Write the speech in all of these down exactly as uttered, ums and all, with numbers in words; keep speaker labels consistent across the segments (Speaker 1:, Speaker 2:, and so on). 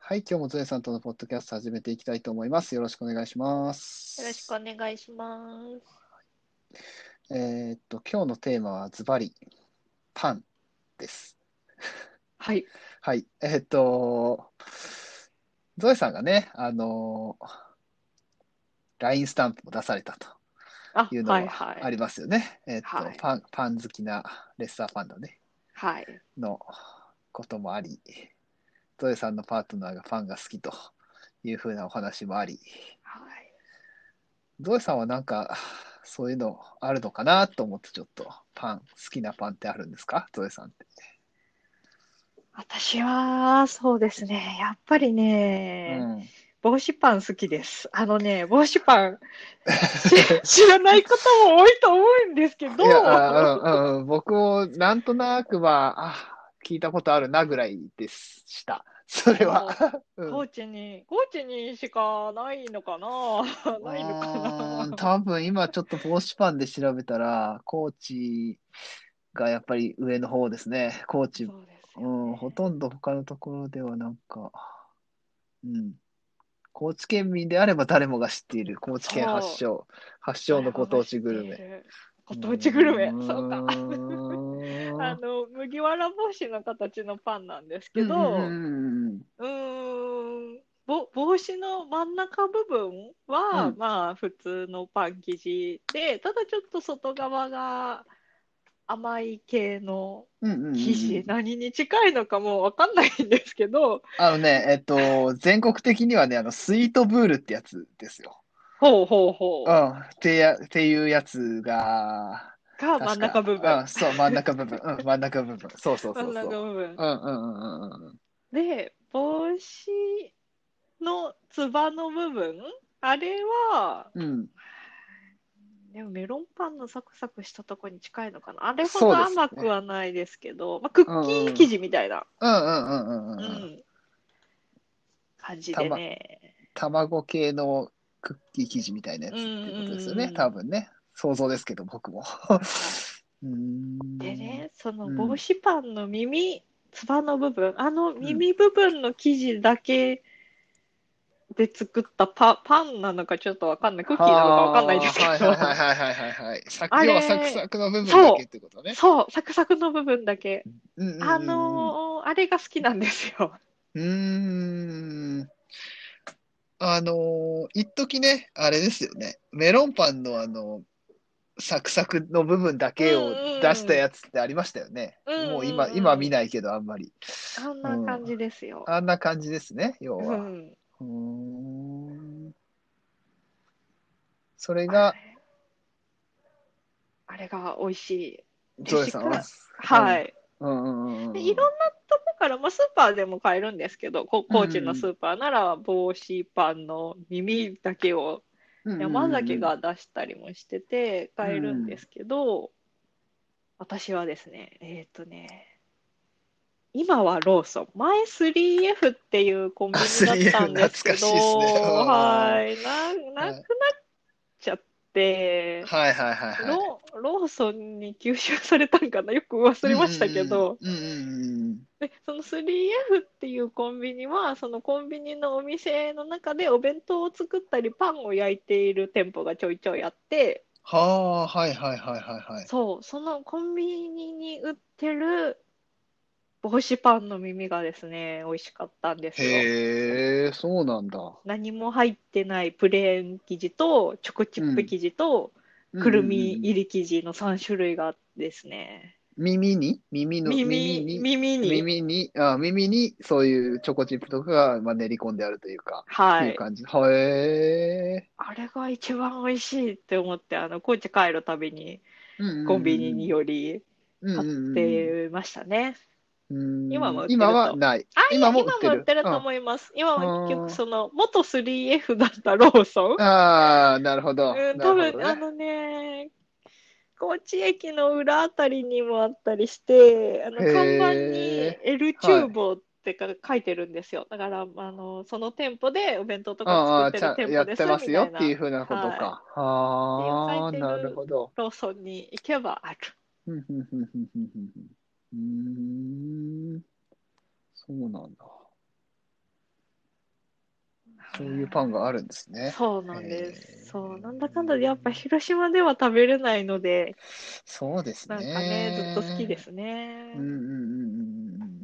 Speaker 1: はい、今日もゾエさんとのポッドキャスト始めていきたいと思います。よろしくお願いしま
Speaker 2: よろしく
Speaker 1: す。
Speaker 2: お願いします。
Speaker 1: えーっと、今日のテーマはズバリパンです。
Speaker 2: はい。
Speaker 1: はい、えーっと、ゾエさんがね、あの、ライン スタンプを出されたと
Speaker 2: あ、
Speaker 1: いうの
Speaker 2: はい
Speaker 1: はあり
Speaker 2: はい。
Speaker 1: ますよね。えーっと、
Speaker 2: はい。
Speaker 1: パン、パン好きなレッサーパンダね、
Speaker 2: はい。
Speaker 1: のこともあり、ゾエさんのパートナーがパンが好きというふうなお話もあり、
Speaker 2: はい。
Speaker 1: ゾエさんはなんか、そういうのあるのかなと思ってちょっと、パン、好きなパンってあるんですかゾエさんって。
Speaker 2: 私は、そうですね。やっぱりね、
Speaker 1: うん。
Speaker 2: 帽子パン好きです。あのね、帽子パン、し知らない方も多いと思うんですけど、
Speaker 1: いや、あうん、うん、僕もなんとなくは、あ、聞いたことあるなぐらいでした。それは。
Speaker 2: そう、
Speaker 1: うん。
Speaker 2: 高知に、高知にしかないのかな
Speaker 1: う
Speaker 2: ないのか
Speaker 1: ーん、
Speaker 2: な。
Speaker 1: 多分今ちょっと帽子パンで調べたら、高知がやっぱり上の方ですね。高知、
Speaker 2: そうです
Speaker 1: う
Speaker 2: よ
Speaker 1: ん、ほ
Speaker 2: ね。
Speaker 1: とんど他のところではなんか、うん、高知県民であれば誰もが知っている高知県発
Speaker 2: そう、
Speaker 1: 祥、発祥のご当
Speaker 2: 誰もが知っ
Speaker 1: 地グルメ。
Speaker 2: ている。
Speaker 1: うー
Speaker 2: ご当地グルメ、そうか。あ
Speaker 1: ん。
Speaker 2: の、麦わら帽子の形のパンなんですけ
Speaker 1: うんうんう
Speaker 2: ど、
Speaker 1: んうん
Speaker 2: うーん、ぼ帽子の真ん中部分は、
Speaker 1: うん。
Speaker 2: まあ、普通のパン生地で、ただちょっと外側が甘い系の
Speaker 1: うんうんうんう
Speaker 2: 生地、
Speaker 1: ん。
Speaker 2: 何に近いのかもうわかんないんですけど、
Speaker 1: あのね、えっと、全国的にはね、あの、スイートブールってやつですよ。
Speaker 2: ほうほうほう、
Speaker 1: うん。ってや、っていうやつが、
Speaker 2: が真ん
Speaker 1: 確か、
Speaker 2: 中部分。
Speaker 1: うん、そう、真ん中部分。うん、真ん中部分。そうそう
Speaker 2: 真ん
Speaker 1: そうそ
Speaker 2: 中部分。
Speaker 1: う。うんうんうんうんうん。
Speaker 2: で、帽子のつばの部分、あれは、
Speaker 1: うん。
Speaker 2: でもメロンパンのサクサクしたとこに近いのかな。あれほ
Speaker 1: そう
Speaker 2: ど
Speaker 1: ですね。
Speaker 2: 甘くはないですけど、まあ、クッ
Speaker 1: う
Speaker 2: キー
Speaker 1: んうん。うん
Speaker 2: 生地みたいな、
Speaker 1: うんうんうんうんうん。
Speaker 2: うん、感じ
Speaker 1: たま、
Speaker 2: でね。
Speaker 1: 卵系のクッキー生地みたいなや
Speaker 2: うんう
Speaker 1: つっていうことですよね。
Speaker 2: んうん。
Speaker 1: 多分ね。想像ですけど、僕も。
Speaker 2: はい。
Speaker 1: うーん。
Speaker 2: でね、その帽
Speaker 1: うん。
Speaker 2: 子パンの耳、つばの部分、あの
Speaker 1: うん。
Speaker 2: 耳部分の生地だけで作ったパ、パンなのかちょっとわかんない。クッキーなのかわかんないで
Speaker 1: はあ、
Speaker 2: すけ
Speaker 1: はいはいはい
Speaker 2: ど、
Speaker 1: はいはいはいはい。さ、
Speaker 2: あ
Speaker 1: 要はサク
Speaker 2: れ、
Speaker 1: サクの部分だけっ
Speaker 2: そう、
Speaker 1: てことね。
Speaker 2: そう、サクサクの部分だけ。
Speaker 1: うんうん
Speaker 2: あ
Speaker 1: うん
Speaker 2: のーあれが好きなんですよ。
Speaker 1: うんうん。うーん。あのー、一時ね、あれですよね。メロンパンのあの、サクサクの部分だ
Speaker 2: う
Speaker 1: けを出した
Speaker 2: んうん。
Speaker 1: やつってありましたよね。
Speaker 2: うん
Speaker 1: もう今、今見
Speaker 2: うんうん。
Speaker 1: ないけど、あんまり。
Speaker 2: あん
Speaker 1: うん。
Speaker 2: な感じですよ。
Speaker 1: あんな感じですね、要は。
Speaker 2: うん。
Speaker 1: うーん。それ
Speaker 2: あ
Speaker 1: が、
Speaker 2: れ、あれが美味しい。で、
Speaker 1: ゾエさんは、
Speaker 2: しか、
Speaker 1: うん。うん
Speaker 2: はい。
Speaker 1: うん
Speaker 2: で、
Speaker 1: うんうんうん。
Speaker 2: いろんなとこから、まあ、スーパーでも買えるんですけど、こ
Speaker 1: うん
Speaker 2: 高知の
Speaker 1: うん
Speaker 2: スーパーなら帽子パンの耳だけを
Speaker 1: うん
Speaker 2: 山
Speaker 1: うんうん
Speaker 2: 崎が出したりもしてて
Speaker 1: うん
Speaker 2: 買える
Speaker 1: うん。
Speaker 2: んですけど、私はですね、えっとね、今はローソン。前 スリーエフ っていうコン
Speaker 1: あ、
Speaker 2: ビニだっ
Speaker 1: スリーエフ
Speaker 2: たんですけ
Speaker 1: 懐かしいですね。う
Speaker 2: ど、
Speaker 1: んうん。
Speaker 2: はい、な、なくなっ
Speaker 1: はい
Speaker 2: ちゃって、
Speaker 1: はいはいはいはい。
Speaker 2: ロ、ローソンに吸収されたんかなよく忘
Speaker 1: うんう
Speaker 2: れましたけ
Speaker 1: ん
Speaker 2: ど、
Speaker 1: うん。うんうんうん。
Speaker 2: で、その スリーエフ っていうコンビニは、そのコンビニのお店の中でお弁当を作ったり、パンを焼いている店舗がちょいちょいあって、
Speaker 1: はあ、はいはいはいはいはい。
Speaker 2: そう、そのコンビニに売ってる帽子パンの耳がですね、美味しかったんですよ。
Speaker 1: へえ、そうなんだ。
Speaker 2: 何も入ってないプレーン生地と、チョコチッ
Speaker 1: うん。
Speaker 2: プ生地と、くる
Speaker 1: うんうんうんうん。
Speaker 2: み入り生地のさん種類があってですね、
Speaker 1: 耳に耳の、耳
Speaker 2: 耳、
Speaker 1: に、
Speaker 2: 耳に、
Speaker 1: 耳に、あ、耳に、そういうチョコチップとかが、まあ、練り込んであるというか、って
Speaker 2: はい。
Speaker 1: いう感じ。はえ
Speaker 2: あれが一番美味しいって思って、あの、高知帰るたびに
Speaker 1: ー。うん
Speaker 2: コン
Speaker 1: うんうんうん。
Speaker 2: ビニにより買っ
Speaker 1: うんうん
Speaker 2: てましたね。
Speaker 1: うんうん。うーん、
Speaker 2: 今も売って
Speaker 1: 今
Speaker 2: ると。
Speaker 1: はない。
Speaker 2: あ、いや、
Speaker 1: 今も売ってる。
Speaker 2: 今も売ってると
Speaker 1: うん。
Speaker 2: 思います。今は結局
Speaker 1: あ
Speaker 2: その、元 スリーエフ だったローソン、
Speaker 1: あー、なるほど。
Speaker 2: うん、
Speaker 1: な
Speaker 2: 多分、
Speaker 1: るほどね。
Speaker 2: あのね、高知駅の裏あたりにもあったりして、あの、看板に
Speaker 1: へえ。
Speaker 2: エル チュー
Speaker 1: はい。
Speaker 2: ボってか書いてるんですよ。だから、あの、その店舗でお弁当とか作っ
Speaker 1: ああ、
Speaker 2: てる
Speaker 1: ちゃん、や
Speaker 2: 店舗です
Speaker 1: ってますよっていう
Speaker 2: みたいな。
Speaker 1: ふうなこと
Speaker 2: はい。っ
Speaker 1: か。
Speaker 2: ていう書い
Speaker 1: ああ、なる
Speaker 2: てる
Speaker 1: ほど。
Speaker 2: ローソンに行けばある。
Speaker 1: ふんふんふんふんふんふんふん。うーん、そうなんだ。 そういうパンがあるんですね。
Speaker 2: そう
Speaker 1: へ
Speaker 2: なんです。そう、なんだかんだでやっぱ
Speaker 1: え。
Speaker 2: 広島では食べれないので、
Speaker 1: そうです
Speaker 2: なんかね、ずっと好きで
Speaker 1: ね。
Speaker 2: すね。
Speaker 1: うんうんうんうんうんうん。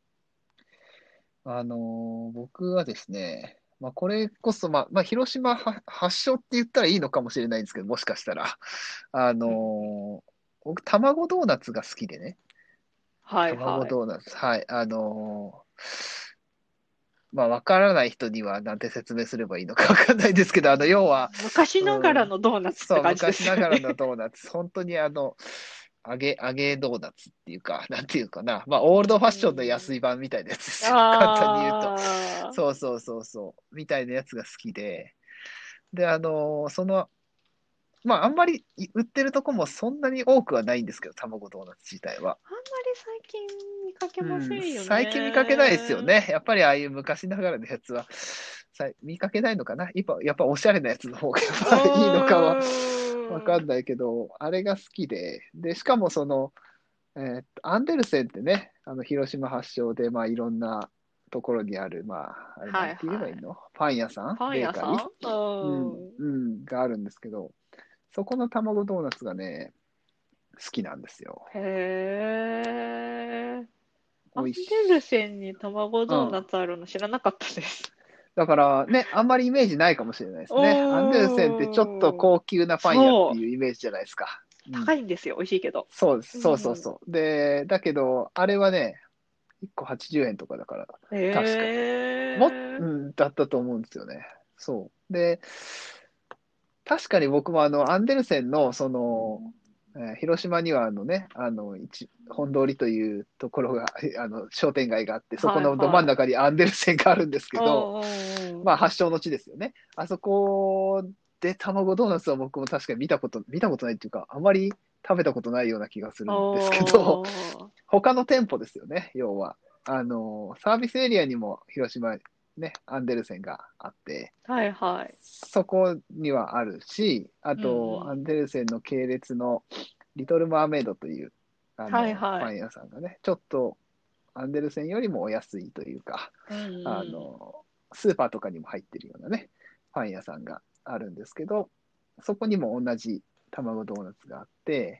Speaker 1: あのー僕はですね、まあ、これこそ、まあ、まあ、広島は発祥って言ったらいいのかもしれないんですけど、もしかしたら。あ
Speaker 2: うんうん
Speaker 1: のー僕、卵ドーナツが好きでね。
Speaker 2: はいはい。
Speaker 1: 卵ドーナツ。はい。あのーまあ、わからない人にはなんて説明すればいいのかわかんないですけど、あの、要は、
Speaker 2: 昔なが
Speaker 1: うん、
Speaker 2: らのドーナツって
Speaker 1: そう、
Speaker 2: 感じで
Speaker 1: 昔ながら
Speaker 2: すよね。
Speaker 1: のドーナツ。本当にあの、揚げ、揚げドーナツっていうか、なんていうかな。まあ、オールドファッションの安い版みたいなやつですよ。簡単に言うと。
Speaker 2: ああ、
Speaker 1: そうそうそうそう。みたいなやつが好きで。で、あのーその、まあ、あんまり売ってるとこもそんなに多くはないんですけど、卵ドーナツ自体は。
Speaker 2: あんまり最近見かけ
Speaker 1: うん、
Speaker 2: ませんよ
Speaker 1: 最近見かけないですよ
Speaker 2: ね。
Speaker 1: ね。やっぱりああいう昔ながらのやつは、さ見かけないのかな。やっぱ、やっぱおしゃれなやつの方がやっ
Speaker 2: う
Speaker 1: ぱいいのかはわか
Speaker 2: ーん。
Speaker 1: んないけど、あれが好きで、で、しかもその、えーっと、アンデルセンってね、あの、広島発祥で、まあ、いろんなところにある、まあ、あれなんて言え
Speaker 2: はいはい。
Speaker 1: ばいいのパン屋さん
Speaker 2: パン
Speaker 1: ベーカリー
Speaker 2: 屋さん
Speaker 1: うん、
Speaker 2: うん。
Speaker 1: うん、があるんですけど、そこの卵ドーナツがね、好きなんですよ。
Speaker 2: へえ。アン
Speaker 1: 美味
Speaker 2: デル
Speaker 1: しい。
Speaker 2: センに卵
Speaker 1: うん。
Speaker 2: ドーナツあるの知らなかったです。
Speaker 1: だからね、あんまりイメージないかもしれないですね。アンデルセンってちょっと
Speaker 2: おー。
Speaker 1: 高級なパン屋って
Speaker 2: そう。
Speaker 1: いうイメージじゃないですか。うん。
Speaker 2: 高いんですよ。美味しいけど。
Speaker 1: そうです。そうそう
Speaker 2: うん。
Speaker 1: そう。で、だけど、あれはね、いっこはちじゅうえんとかだから、確か。
Speaker 2: へ
Speaker 1: も、う
Speaker 2: え。
Speaker 1: ん、だったと思うんですよね。そう。で、確かに僕もあの、アンデルセンの、その、えー広島にはあのね、あの、一、本通りというところが、あの、商店街があって、そこのど真ん
Speaker 2: はいはい。
Speaker 1: 中にアンデルセンがあるんですけ
Speaker 2: う
Speaker 1: ど、
Speaker 2: んうんうん。
Speaker 1: まあ発祥の地ですよね。あそこで卵ドーナツは僕も確かに見たこと、見たことないっていうか、あまり食べたことないような気がするんですけど、
Speaker 2: おー。
Speaker 1: 他の店舗ですよね、要は。あの、サービスエリアにも広島ね、アンデルセンがあって、
Speaker 2: はいはい。
Speaker 1: そこにはあるし、あ
Speaker 2: うん
Speaker 1: と、
Speaker 2: うん。
Speaker 1: アンデルセンの系列のリトルマーメイドという、あの、
Speaker 2: はいはい。
Speaker 1: パン屋さんがね、ちょっとアンデルセンよりもお安いというか、
Speaker 2: うん
Speaker 1: あ
Speaker 2: うん。
Speaker 1: の、スーパーとかにも入ってるようなね、パン屋さんがあるんですけど、そこにも同じ卵ドーナツがあって、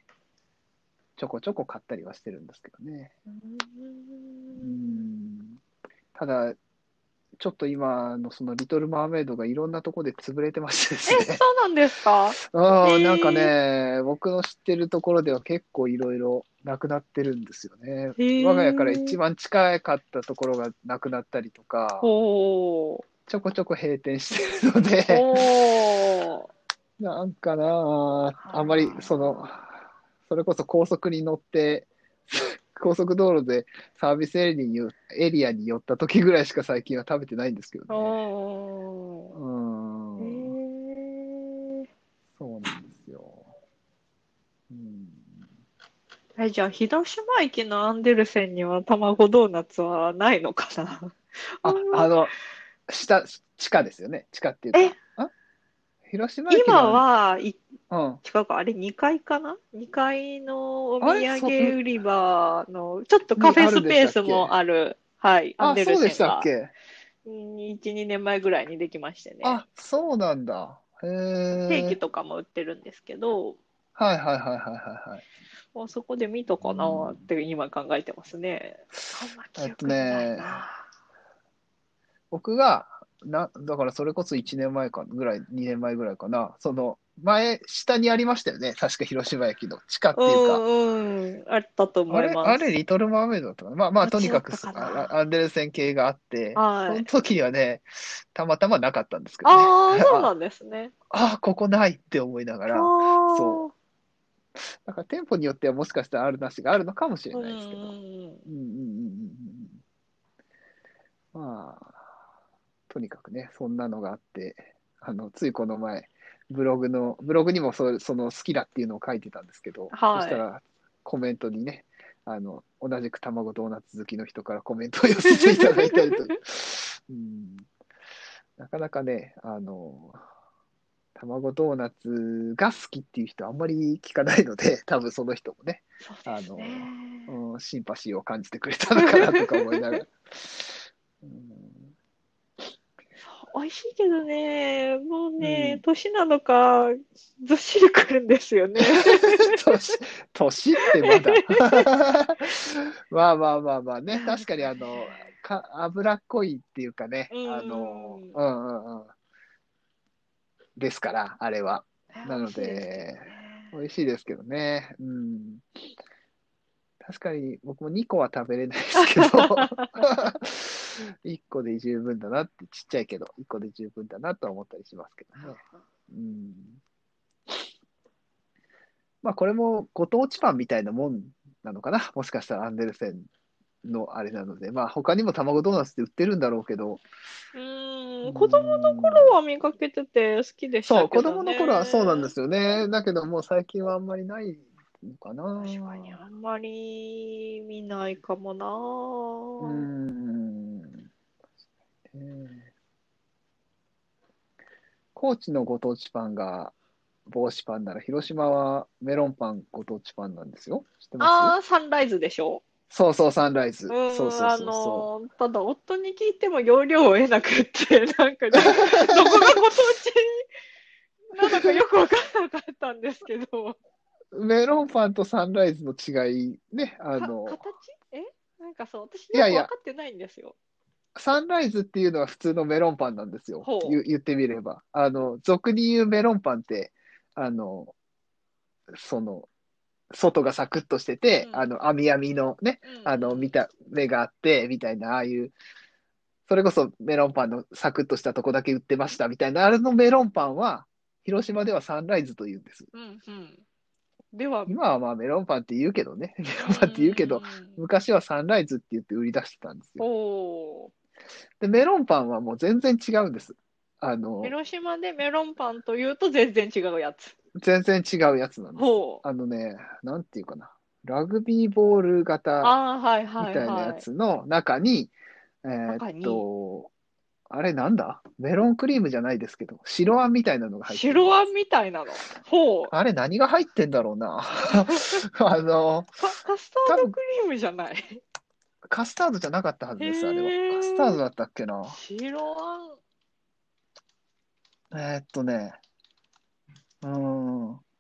Speaker 1: ちょこちょこ買ったりはしてるんですけどね。
Speaker 2: う
Speaker 1: う
Speaker 2: ーん。
Speaker 1: ん。ただ、ちょっと今のそのリトルマーメイドがいろんなところで潰れてましてで
Speaker 2: え、
Speaker 1: すね。
Speaker 2: そうなんですか？
Speaker 1: ああ、なんか
Speaker 2: ええ
Speaker 1: ね、僕の知ってるところでは結構いろいろなくなってるんですよね。
Speaker 2: へ
Speaker 1: 我が家から一
Speaker 2: え。
Speaker 1: 番近かったところがなくなったりとか、
Speaker 2: ほう。
Speaker 1: ちょこちょこ閉店してるので、
Speaker 2: ほう。
Speaker 1: なんかなあ、あんまりその、
Speaker 2: あ
Speaker 1: それこそ高速に乗って、高速道路でサービスエリアによエリアに寄った時ぐらいしか最近は食べてないんですけど
Speaker 2: ら。
Speaker 1: ね。
Speaker 2: お
Speaker 1: うー
Speaker 2: ー。
Speaker 1: ん、
Speaker 2: へえ。
Speaker 1: そうなんですよ。うん、
Speaker 2: え、じゃあ、広島駅のアンデルセンには卵ドーナツはないのかな？あん
Speaker 1: あ、
Speaker 2: ま、
Speaker 1: あの、下、地下ですよね。地下っていう
Speaker 2: え、
Speaker 1: か、ん広島駅の
Speaker 2: 今
Speaker 1: あん、
Speaker 2: は、い、
Speaker 1: うん。
Speaker 2: 違うか、あれにかいかな？ に 階のお土
Speaker 1: あれそ、ん
Speaker 2: 産売り場の、ちょっとカフェス
Speaker 1: にあるんでし
Speaker 2: ペースも
Speaker 1: たっけ？
Speaker 2: ある、はい、アン
Speaker 1: あ、
Speaker 2: デル
Speaker 1: そうでし
Speaker 2: センが、
Speaker 1: たっけ？
Speaker 2: うん、いち、にねんまえぐらいにできましてね。
Speaker 1: あ、そうなんだ。へ
Speaker 2: ケーキ
Speaker 1: え。
Speaker 2: とかも売ってるんですけど、
Speaker 1: はいはいはいはいはいはい。
Speaker 2: あそこで見たかなっ
Speaker 1: うん
Speaker 2: て今考えてますね。あんま記
Speaker 1: えっと
Speaker 2: 憶にない
Speaker 1: ね、
Speaker 2: な。
Speaker 1: 僕が、な、だからそれこそいちねんまえかぐらい、にねんまえぐらいかな。その、前、下にありましたよね。確か広島駅の地下っ
Speaker 2: う
Speaker 1: ていうか。
Speaker 2: んうん、あったと思い
Speaker 1: あれ、あれ、
Speaker 2: ます。
Speaker 1: リトル・マーメイドだったかな。まあまあ、
Speaker 2: どっ
Speaker 1: とにかく
Speaker 2: ちだったか
Speaker 1: あ
Speaker 2: な。
Speaker 1: アンデルセン系があって、その
Speaker 2: はい。
Speaker 1: 時にはね、たまたまなかったんですけどね。
Speaker 2: ああ、そうな
Speaker 1: あ、
Speaker 2: んですね。
Speaker 1: あ、ここないって思いなが
Speaker 2: あ
Speaker 1: ら、そう。
Speaker 2: あ、
Speaker 1: だから店舗によってはもしかしたらあるなしがあるのかもしれ
Speaker 2: うん
Speaker 1: ないですけど。
Speaker 2: うんうん。
Speaker 1: うんうんうんうんうんまあ、とにかくね、そんなのがあって、あの、ついこの前、ブログの、ブログにもそその好きだっていうのを書いてたんですけど、そし
Speaker 2: はい。
Speaker 1: たらコメントにね、あの、同じく卵ドーナツ好きの人からコメントを寄せていただいたりと、うん、なかなかね、あの、卵ドーナツが好きっていう人あんまり聞かないので、多分その人もね、
Speaker 2: そうです
Speaker 1: あの、
Speaker 2: ね。
Speaker 1: うん、シンパシーを感じてくれたのかなとか思いながら。うん
Speaker 2: そう味しいけどね、もう
Speaker 1: う
Speaker 2: ね、
Speaker 1: ん。
Speaker 2: 年なのか、ずっしりくるんですよね。
Speaker 1: 年、年ってまだ。まあまあまあまあね。確かにあの、か、脂っこいっていうかね、
Speaker 2: う
Speaker 1: あの、
Speaker 2: ん。
Speaker 1: うんうんうん。ですから、あれは。なの
Speaker 2: 美味しいですけど
Speaker 1: で、
Speaker 2: ね。
Speaker 1: 美味しいですけどね。うん。確かに僕もにこは食べれないですけど、いっこで十分だなって、ちっちゃいけど、いっこで十分だなとは思ったりしますけどね。うん。まあ、これもご当地パンみたいなもんなのかな。もしかしたらアンデルセンのあれなので、まあ、他にも卵ドーナツって売ってるんだろうけど、
Speaker 2: う
Speaker 1: うー
Speaker 2: ーん、子供の頃
Speaker 1: ん。
Speaker 2: は見かけてて好きでした
Speaker 1: そう、
Speaker 2: けど
Speaker 1: 子供の頃はそうなんで
Speaker 2: ね。
Speaker 1: すよね。だけどもう最近はあんまりないのか
Speaker 2: 確かに
Speaker 1: な。
Speaker 2: あんまり見ないかもな。
Speaker 1: うーん。えー高知のご当地パンが帽子パンなら、広島はメロンパンご当地パンなんですよ。知ってます？
Speaker 2: ああ、サンライズでしょ？
Speaker 1: そうそう、サンライ
Speaker 2: う
Speaker 1: ズ。そう
Speaker 2: ーん、
Speaker 1: そう
Speaker 2: あ
Speaker 1: そうそ
Speaker 2: のーただ夫に聞いても要領を得なくって、なんか
Speaker 1: う。
Speaker 2: ね、どこがご当地なのかよくわからなかったんですけど、
Speaker 1: メロンパンとサンライズの違いね、あ
Speaker 2: か、
Speaker 1: の、
Speaker 2: 形えなんかそう、私よく分
Speaker 1: いやいや、
Speaker 2: かってないんですよ。
Speaker 1: サンライズっていうのは普通のメロンパンなんですよ。
Speaker 2: ほ
Speaker 1: 言、言ってみれば。あの、俗に言うメロンパンって、あの、その、外がサクッとして
Speaker 2: う。う
Speaker 1: て、あ
Speaker 2: ん。
Speaker 1: の、網網のね、
Speaker 2: うん
Speaker 1: あの、見
Speaker 2: うん。
Speaker 1: た目があって、みたいな、ああいう、それこそメロンパンのサクッとしたとこだけ売ってました、みたいな、あれのメロンパンは、広島ではサンライズと言うんです。
Speaker 2: うんうん。では、う
Speaker 1: 今はまあメロンパンって言うけどね。メロンパンって言うけど、
Speaker 2: ーん。
Speaker 1: 昔はサンライズって言って売り出してたんですよ。
Speaker 2: ほう。
Speaker 1: で、メロンパンはもう全然違うんです。あの、
Speaker 2: 広島でメロンパンというと全然違うやつ。
Speaker 1: 全然違うやつなんです。
Speaker 2: ほう。
Speaker 1: あのね、なんていうかな。ラグビーボール型
Speaker 2: ああ、はいはい
Speaker 1: みたいなや
Speaker 2: はい。
Speaker 1: つの中に、えーっ
Speaker 2: 中に、
Speaker 1: と、あれなんだメロンクリームじゃないですけど、白あんみたいなのが入ってるんです。
Speaker 2: 白あんみたいなの。ほう。
Speaker 1: あれ何が入ってんだろうな。あの、
Speaker 2: カ、カスター
Speaker 1: 多分
Speaker 2: ドクリームじゃない。
Speaker 1: カスタードじゃなかったはず
Speaker 2: へ
Speaker 1: です、あれは。カスタード
Speaker 2: え、
Speaker 1: だったっけな。
Speaker 2: 白あん。
Speaker 1: えーっとね、うーん、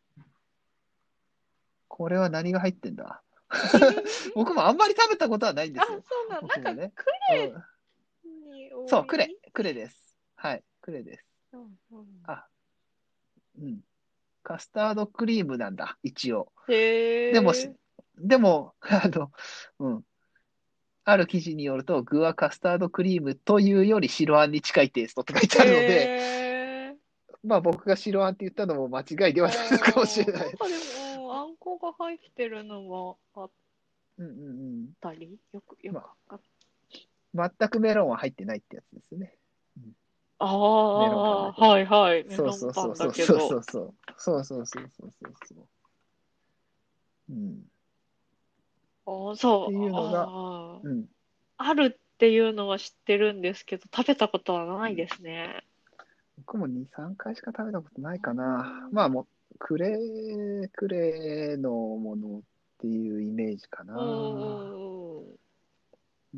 Speaker 1: これは何が入ってんだ？僕もあんまり食べたことはないんで
Speaker 2: あ、
Speaker 1: すよ。
Speaker 2: そうなん、なんか
Speaker 1: 僕もね。
Speaker 2: ク
Speaker 1: うん。
Speaker 2: レに多
Speaker 1: そう、クレ、
Speaker 2: い。
Speaker 1: クレです。はい、クレです。
Speaker 2: うんうん、
Speaker 1: あ、うん。カスタードクリームなんだ、一応。でもし、
Speaker 2: へえ、
Speaker 1: でも、あの、うん。ある記事によると、具はカスタードクリームというより白あんに近いテイストって書いてあるので、
Speaker 2: へえ。
Speaker 1: まあ僕が白あんって言ったのも間違いではないのかもし
Speaker 2: あー、
Speaker 1: れない。
Speaker 2: なんかでも、うん、あんこが入ってるのはあっ
Speaker 1: うんうんうん。
Speaker 2: たり、よく、よ
Speaker 1: ま
Speaker 2: くわかっ
Speaker 1: あ、全くメロンは入ってないってやつですね。うん、
Speaker 2: あ
Speaker 1: メロンパンだ
Speaker 2: あ、
Speaker 1: けど。
Speaker 2: はいはい。メ
Speaker 1: そう
Speaker 2: ロン
Speaker 1: そうそう
Speaker 2: パンだ
Speaker 1: そうそうそ
Speaker 2: けど。
Speaker 1: うそう。そうそうそうそうそうそう。うん。っ
Speaker 2: ああ、そう。
Speaker 1: ていうのが、
Speaker 2: あ
Speaker 1: うん。
Speaker 2: あ、あるっていうのは知ってるんですけど、食べたことはないですね。
Speaker 1: 僕もに、さんかいしか食べたことな
Speaker 2: う
Speaker 1: いかな。
Speaker 2: ん
Speaker 1: まあもう、クレー、クレーのものっていうイメージか
Speaker 2: う
Speaker 1: な。
Speaker 2: んうん。
Speaker 1: うん。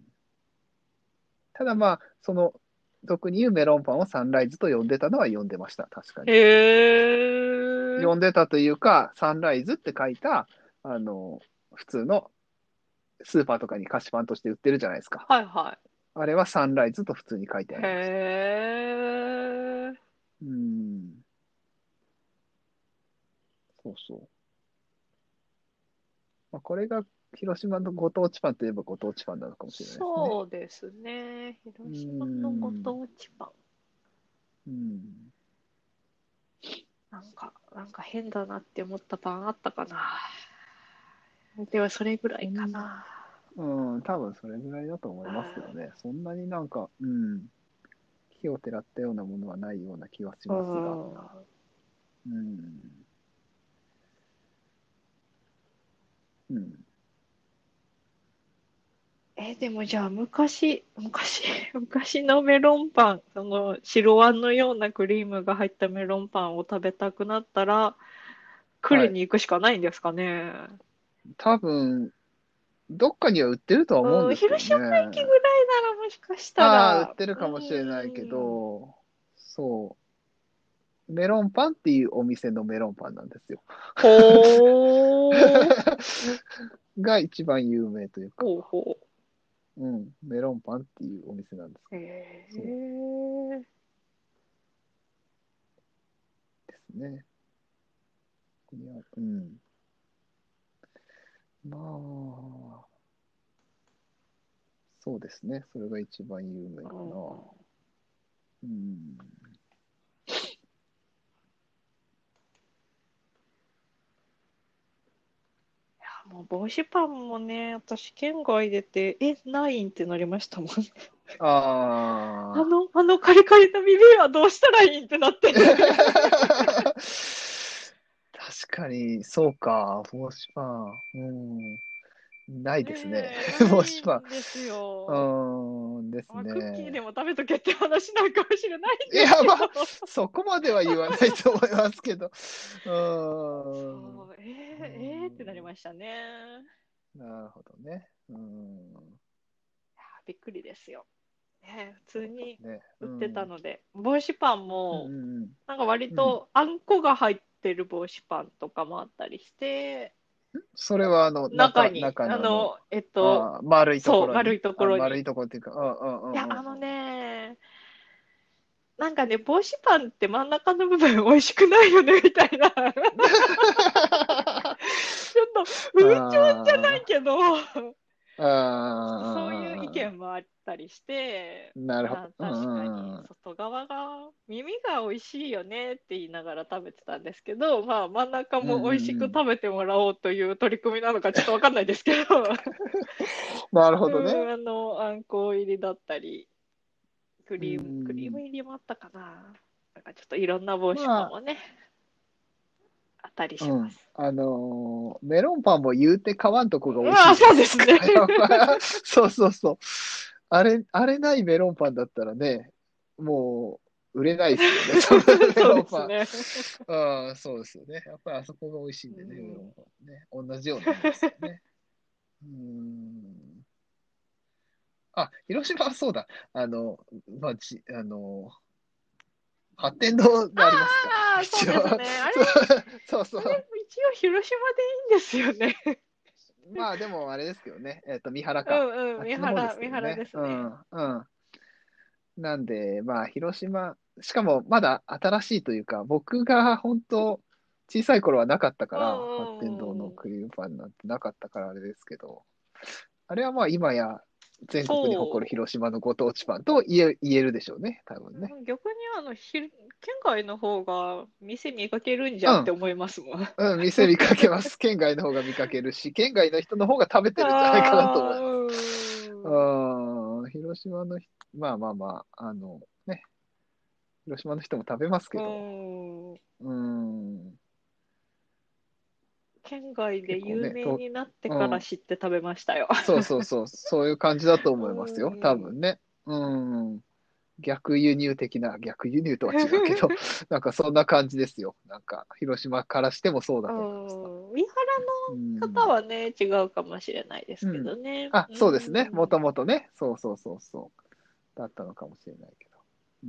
Speaker 1: ただまあ、その、俗に言うメロンパンをサンライズと呼んでたのは呼んでました。確かに。
Speaker 2: へえ。
Speaker 1: 呼んでたというか、サンライズって書いた、あの、普通のスーパーとかに菓子パンとして売ってるじゃないですか。
Speaker 2: はいは
Speaker 1: あれはサンライズと普通に書いてあ
Speaker 2: い。
Speaker 1: りました。
Speaker 2: へえ。
Speaker 1: うん。そうそう。まあ、これが広島のご当地パンといえばご当地パンなのかもしれないですね。
Speaker 2: そうですね。
Speaker 1: う
Speaker 2: 広島のご
Speaker 1: ん。
Speaker 2: 当地パン。
Speaker 1: うん。
Speaker 2: なんか、なんか変だなって思ったパンあったかな。では、それぐらい
Speaker 1: そんな、
Speaker 2: かな。
Speaker 1: うん、多分それぐらいだと思いますけどね。そんなになんか、うん、奇をてらったようなものはないような気はし
Speaker 2: う
Speaker 1: ますが。
Speaker 2: ん。
Speaker 1: うん。うん。
Speaker 2: え、でもじゃあ昔、昔、昔のメロンパン、その白あんのようなクリームが入ったメロンパンを食べたくなったら、ク
Speaker 1: はい。
Speaker 2: レに行くしかないんですかね。
Speaker 1: 多分、 どっかには売ってるとは思うん
Speaker 2: うん、
Speaker 1: ですけど
Speaker 2: 広島駅
Speaker 1: ね。
Speaker 2: ぐらいならもしかした
Speaker 1: ああ、売っ
Speaker 2: ら、
Speaker 1: てる
Speaker 2: う
Speaker 1: かもしれないけ
Speaker 2: ん。
Speaker 1: ど、そう、メロンパンっていうお店のメロンパンなんですよ。
Speaker 2: ほー。
Speaker 1: が一番有名というか、
Speaker 2: ほうほ
Speaker 1: うん、メロンパンっていうお店なんです
Speaker 2: う。へ
Speaker 1: けど、そう
Speaker 2: え。
Speaker 1: ですね。いや、うん。まあ、そうですね。それが一番有名かな。
Speaker 2: うんうん。
Speaker 1: うん。
Speaker 2: もう帽子パンもね、私、県外出て、え、ないんってなりましたもん。あ
Speaker 1: ああ。
Speaker 2: の、あのカリカリの耳はどうしたらいいんってなって。
Speaker 1: 確かに、そうか。帽子パン。うん。ないですね。
Speaker 2: ねえ、な
Speaker 1: 帽子パン。
Speaker 2: いんですよ。
Speaker 1: うーんです
Speaker 2: まあ、クッキー
Speaker 1: ね。
Speaker 2: でも食べとけって話なんかもしれないん
Speaker 1: いや、
Speaker 2: ですけど。
Speaker 1: まあ、そこまでは言わないと思いますけど。うーん。う
Speaker 2: そう、えー、えーってなり
Speaker 1: ー
Speaker 2: ましたね。
Speaker 1: んなるほどね。うーん。
Speaker 2: びっくりですよ。ね、普
Speaker 1: そう
Speaker 2: 通に
Speaker 1: ですね。
Speaker 2: 売って
Speaker 1: うん。うん
Speaker 2: たので、帽子パン
Speaker 1: う
Speaker 2: も、
Speaker 1: ん
Speaker 2: なんか割
Speaker 1: うん。うん。
Speaker 2: とあんこが入ってる帽子パンとかもあったりして、
Speaker 1: それは、あの、中、
Speaker 2: 中に、
Speaker 1: 中のあの、
Speaker 2: あの、えっと、
Speaker 1: あー、丸いと
Speaker 2: そう、
Speaker 1: ころに。
Speaker 2: 丸いとこ
Speaker 1: あ、
Speaker 2: ろに。
Speaker 1: 丸いところっていうか、うんうんう
Speaker 2: いや、
Speaker 1: んうん
Speaker 2: あの
Speaker 1: うん。
Speaker 2: ね、なんかね、帽子パンって真ん中の部分美味しくないよね、みたいな。ちょっと、風潮じゃない
Speaker 1: あ
Speaker 2: けど、
Speaker 1: あ、
Speaker 2: そういう意
Speaker 1: ああ、
Speaker 2: 見もあったりして、
Speaker 1: なるほど。
Speaker 2: まあ
Speaker 1: うんう
Speaker 2: 確かに
Speaker 1: んうん。
Speaker 2: 外側が耳が美味しいよねって言いながら食べてたんですけど、まあ真ん中
Speaker 1: うん
Speaker 2: も美味しく
Speaker 1: うんうん。
Speaker 2: 食べてもらおうという取り組みなのかちょっとわかんないですけど、
Speaker 1: なるほどね。
Speaker 2: うん、あの、あんこ入りだったり、ク
Speaker 1: う
Speaker 2: リーム、クリーム
Speaker 1: ん。
Speaker 2: 入りもあったかな。なんかちょっといろんな帽子パ
Speaker 1: まあ、
Speaker 2: ンもね、あったり
Speaker 1: うん。
Speaker 2: します。
Speaker 1: あのーメロンパンも言うて皮んとこが美味し
Speaker 2: まあ
Speaker 1: いじゃ
Speaker 2: そうですね。
Speaker 1: ないですか。やっぱ、そうそうそう。あれ、あれないメロンパンだったらね、もう売れないですよね。そのメ
Speaker 2: そう
Speaker 1: ロンパン。
Speaker 2: ですね。
Speaker 1: ああ、そうですよね。やっぱりあそこが美味しいん
Speaker 2: う
Speaker 1: でね、メロン
Speaker 2: ん。
Speaker 1: パンね。同じようなもんですよね。うーん。あ、広島はそうだ。あの、まあ、じ、あの、発展堂がありますから。
Speaker 2: ああ、そう
Speaker 1: 一応。
Speaker 2: ですね。あれ、
Speaker 1: そうそう
Speaker 2: あれ、
Speaker 1: そう。
Speaker 2: 一応広島でいいんですよね。
Speaker 1: まあでもあれですけどね。えっと、三原
Speaker 2: う
Speaker 1: か。
Speaker 2: んうん、
Speaker 1: あっちの方で
Speaker 2: 三原、三原で
Speaker 1: すけどね。うん、
Speaker 2: すね。
Speaker 1: うん。なんで、まあ、広島、しかもまだ新しいというか、僕が本当、小さい頃はなかった
Speaker 2: う
Speaker 1: から、発展堂の
Speaker 2: んうん。
Speaker 1: クリームパンなんてなかったからあれですけど、あれはまあ今や全国に誇る
Speaker 2: そ
Speaker 1: 広島のご当地パンと言え、言えるでしょうね、多分ね。
Speaker 2: う。逆にあの、ひ、県外の方が店見かけるんじ
Speaker 1: うん、
Speaker 2: ゃって思いますもん。
Speaker 1: うん、店見かけます。県外の方が見かけるし、県外の人の方が食べてるんじゃないかなと思
Speaker 2: ああ、
Speaker 1: います。
Speaker 2: うん。
Speaker 1: うん、広島の人、まあまあまあ、あの、ね、広島の人も食べます
Speaker 2: う
Speaker 1: けど、
Speaker 2: ん。
Speaker 1: うん、
Speaker 2: 県外で
Speaker 1: 結構ね、
Speaker 2: 有名
Speaker 1: と、
Speaker 2: になって
Speaker 1: うん、
Speaker 2: から知って食べましたよ。
Speaker 1: そうそうそう、そういう感じだと
Speaker 2: う
Speaker 1: 思いますよ、多
Speaker 2: ん。
Speaker 1: 分ね。うん、逆輸入的な、逆輸入とは違うけど、なんかそんな感じですよ。なんか、広島からしてもそうだ
Speaker 2: う
Speaker 1: と思います。
Speaker 2: ん。三原
Speaker 1: う
Speaker 2: の方
Speaker 1: ん。
Speaker 2: はね、違うかもしれないです
Speaker 1: うん。
Speaker 2: けどね。
Speaker 1: あ、
Speaker 2: う
Speaker 1: そうですね。も
Speaker 2: ん。
Speaker 1: ともとね。そうそうそうそう。だったのかもしれないけど。うん。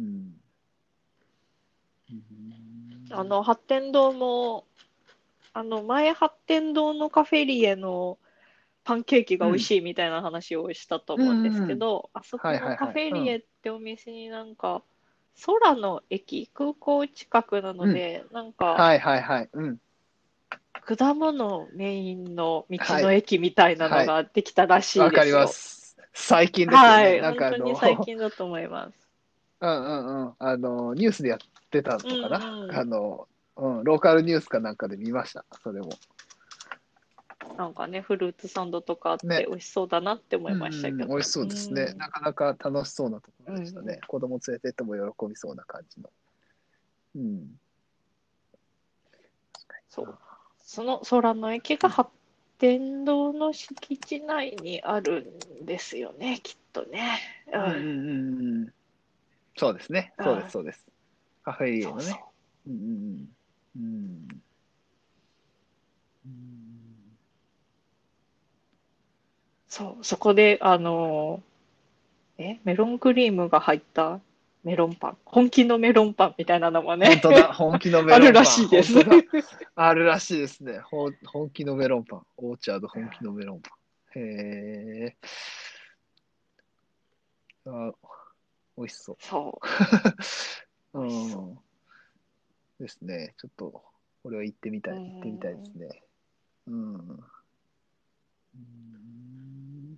Speaker 1: うん
Speaker 2: あの、八天堂も、あの、前八天堂のカフェリエのパンケーキが美味
Speaker 1: うん。
Speaker 2: しいみたいな話をしたと
Speaker 1: う
Speaker 2: 思うんです
Speaker 1: んうん。
Speaker 2: けど、あそこ
Speaker 1: はいはいはい。
Speaker 2: のカフェ
Speaker 1: うん。
Speaker 2: リエってお店になんか、空の駅、空港近くなの
Speaker 1: うん。
Speaker 2: で、なんか、
Speaker 1: はいはいはい。うん。
Speaker 2: 果物メインの道
Speaker 1: はい。
Speaker 2: の駅みたいなの
Speaker 1: はい。
Speaker 2: ができたらしい
Speaker 1: わかりま
Speaker 2: ですよ。
Speaker 1: す。最近ですよね。
Speaker 2: はい、
Speaker 1: なんかあの、
Speaker 2: 本当に最近だと思います。
Speaker 1: うんうんうん。あの、ニュースでやってた
Speaker 2: う
Speaker 1: のかな。
Speaker 2: んうん。
Speaker 1: あの、うん、ローカルニュースかなんかで見ました。それも。
Speaker 2: なんかね、フルーツサンドとかあって
Speaker 1: ね。
Speaker 2: 美味しそうだなって思い
Speaker 1: うん
Speaker 2: ました
Speaker 1: うん、
Speaker 2: けど。
Speaker 1: 美味しそ
Speaker 2: う
Speaker 1: うですね。
Speaker 2: ん。
Speaker 1: なかなか楽しそうなとこ
Speaker 2: うん。
Speaker 1: ろでしたね。子供連れてっても喜びそうな感じの。うん。
Speaker 2: そう。その空の駅が
Speaker 1: うん
Speaker 2: 八天堂の敷地内にあるんですよね、きっとね。うん。
Speaker 1: うんうんうんうん。そうですね。そうです、
Speaker 2: うん。
Speaker 1: そうです。カフェイエ
Speaker 2: そうそ
Speaker 1: のね。うんうんうん。うん。うん
Speaker 2: そう、そこで、あの、え、メロンクリームが入ったメロンパン。本気のメロンパンみたいなのもね、
Speaker 1: 本当だ、本気のメ
Speaker 2: あるら
Speaker 1: ロンパン。
Speaker 2: しいです。
Speaker 1: 本当だ。あるらしいですね。ほん本気のメロンパン。オーチャード本気のメロンパン。へえ。あ、美味しそ
Speaker 2: そ
Speaker 1: う。
Speaker 2: う、美味しそ
Speaker 1: うん。ですね。ちょっと、これは行ってみた
Speaker 2: う。う
Speaker 1: い、行ってみたいです
Speaker 2: ん。
Speaker 1: ね。うん。うん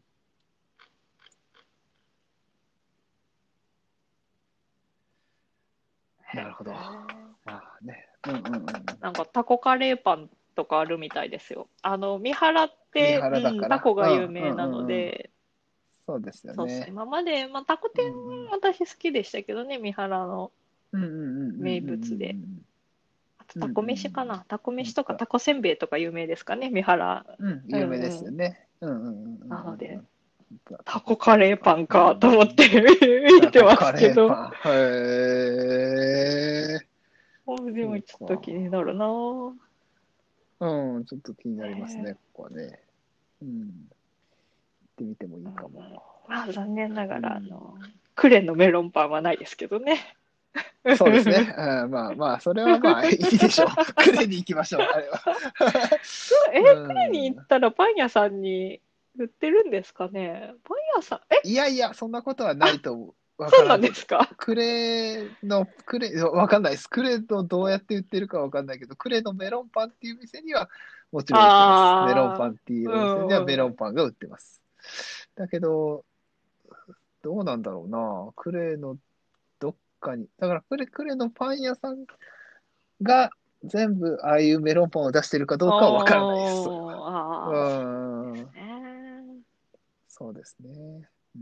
Speaker 1: なるほど。まあね。うんうんうん。
Speaker 2: なんかタコカレーパンとかあるみたいですよ。あの、三原っ
Speaker 1: 三
Speaker 2: て、うん、タ
Speaker 1: 原だから。
Speaker 2: コが有
Speaker 1: うんうん
Speaker 2: 名な
Speaker 1: うんうん。
Speaker 2: ので、
Speaker 1: そうですよ
Speaker 2: そうそう、
Speaker 1: ね。
Speaker 2: 今まで、まあ、タコ
Speaker 1: う
Speaker 2: 天、
Speaker 1: ん
Speaker 2: 私好きでしたけどね、三原の
Speaker 1: うんうんうんうんうん
Speaker 2: 名物で。あと
Speaker 1: うんうんうん
Speaker 2: タコ飯か
Speaker 1: うん
Speaker 2: な。タコ
Speaker 1: うん。
Speaker 2: 飯とかタコせんべいとか有名ですかね、三原。
Speaker 1: うん、
Speaker 2: うん
Speaker 1: 有名です
Speaker 2: うん。
Speaker 1: よね。うんうんうんうん
Speaker 2: なので、
Speaker 1: うんうん。タ
Speaker 2: タコ
Speaker 1: コカ
Speaker 2: カレー
Speaker 1: レーパン。う
Speaker 2: パンかと思っ
Speaker 1: ん。
Speaker 2: て見てま
Speaker 1: タコカ
Speaker 2: すけど、
Speaker 1: レーパン。へえ。
Speaker 2: もうで
Speaker 1: そう
Speaker 2: もちょっと気になるなぁ。
Speaker 1: か。うん、ちょっと気になりますね、
Speaker 2: ね
Speaker 1: ここはね。うん。行ってみてもい
Speaker 2: え、うんうん、
Speaker 1: いかも。
Speaker 2: まあ残念ながら、あ
Speaker 1: うん。
Speaker 2: の、クレのメロンパンはないですけどね。
Speaker 1: そうですね。うん、まあまあ、それはまあいいでしょう。クレに行きましょう、あれは。
Speaker 2: くえ、クレに行っ
Speaker 1: うん。
Speaker 2: たらパン屋さんに売ってるんですかね。パン屋さん、え、
Speaker 1: いやいや、そんなことはない
Speaker 2: あ、
Speaker 1: と思う。わ
Speaker 2: そうなん
Speaker 1: からんけど。
Speaker 2: ですか。
Speaker 1: クレの、クレ、わかんないです。クレのどうやって売ってるかわかんないけど、クレのメロンパンっていう店にはもちろん売ってます。メロンパン
Speaker 2: あ
Speaker 1: ってい
Speaker 2: あ、う
Speaker 1: うお店にはメ
Speaker 2: んうん。
Speaker 1: ロンパンが売ってます。だけど、どうなんだろうな。クレのどっかに。だからクレ、クレのパン屋さんが全部ああいうメロンパンを出してるかどうかはわからないです。それは。
Speaker 2: おー、ああ、そうなんです
Speaker 1: うーん。
Speaker 2: ね。
Speaker 1: そうですね。うん。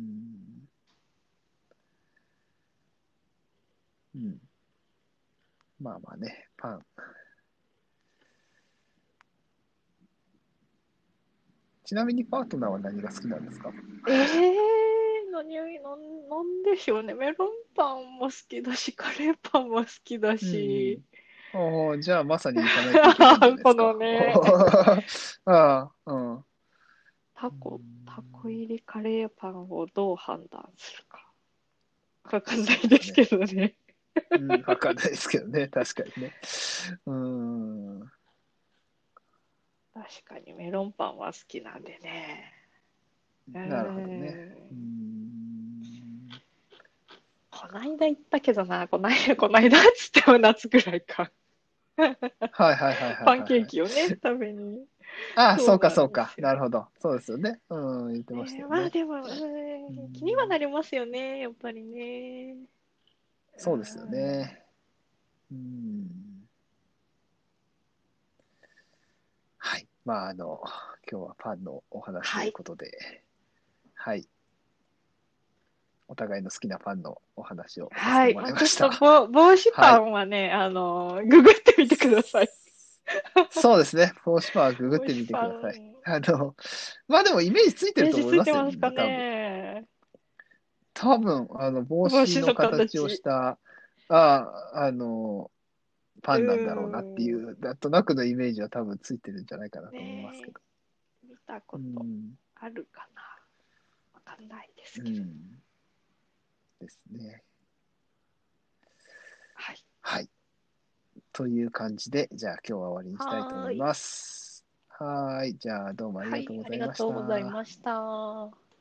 Speaker 1: うん。まあまあね、パン。ちなみにパートナーは何が好きなんですか？
Speaker 2: ええー、何を、なん、なんでしょうね。メロンパンも好きだし、カレーパンも好きだ
Speaker 1: うん。
Speaker 2: し。
Speaker 1: おー、じゃあまさに行かないといけないんじゃないで
Speaker 2: こ
Speaker 1: すか。
Speaker 2: のね、
Speaker 1: ああ、うん。う
Speaker 2: タコ、タコ
Speaker 1: ん
Speaker 2: 入りカレーパンをどう判断するか。わかんないですけ
Speaker 1: そうですね。
Speaker 2: どね。
Speaker 1: うん、わかんないですけどね。確かにね。うん。
Speaker 2: 確かにメロンパンは好きなんでね。うー
Speaker 1: なるほどね。う
Speaker 2: ん。
Speaker 1: ん。
Speaker 2: こないだ行ったけどな、こないだ、こないだっつっても夏ぐらいか。
Speaker 1: はいはいはいはい
Speaker 2: パンケー
Speaker 1: はいはい。
Speaker 2: キをね、食べに。
Speaker 1: ああ、そうか
Speaker 2: そうな
Speaker 1: そうか。
Speaker 2: んですよ。
Speaker 1: なるほど。そうですよね。うん、言ってました
Speaker 2: ね、
Speaker 1: よね。
Speaker 2: まあでも、う
Speaker 1: う
Speaker 2: ーん、気にはな
Speaker 1: ん。
Speaker 2: りますよね、やっぱりね。うー
Speaker 1: そうですよ
Speaker 2: ん。
Speaker 1: ね。うん。はい。まあ、あの、今日はパンのお話という
Speaker 2: はい。
Speaker 1: ことで、はい。お互いの好きなパンのお話をさせて
Speaker 2: はい。
Speaker 1: もら
Speaker 2: まあ、ちょっ
Speaker 1: いました。
Speaker 2: とぼ、帽子パ
Speaker 1: はい。
Speaker 2: ンはね、あの、ググってみてください。
Speaker 1: そうですね。フォーシパンググってみて
Speaker 2: 帽子パ
Speaker 1: ください。
Speaker 2: ン、
Speaker 1: あの、まあでもイメージついてると
Speaker 2: ページつい
Speaker 1: 思いますよ、
Speaker 2: てますか
Speaker 1: みんな多分。
Speaker 2: ね。
Speaker 1: 多分、あの、帽子の
Speaker 2: 帽子の
Speaker 1: 形をし
Speaker 2: 形。
Speaker 1: た、あ、あの、
Speaker 2: う
Speaker 1: パンなんだろうなってい
Speaker 2: ーん。
Speaker 1: う、なんとなくのイメージは多分ついてるんじゃないかなと思いますけ
Speaker 2: ね
Speaker 1: ど。
Speaker 2: え、見た
Speaker 1: う
Speaker 2: こと
Speaker 1: ん、
Speaker 2: あるかな。わかんないです
Speaker 1: う
Speaker 2: けど。
Speaker 1: ん、ですね。
Speaker 2: はい。
Speaker 1: はい。という感じで、じゃあ今日は終わりにしたいと思い
Speaker 2: はーい。
Speaker 1: ます。はーい。じゃあどうもあり
Speaker 2: はい。
Speaker 1: がとうご
Speaker 2: ありが
Speaker 1: ざいまし
Speaker 2: とうござい
Speaker 1: た。
Speaker 2: ました。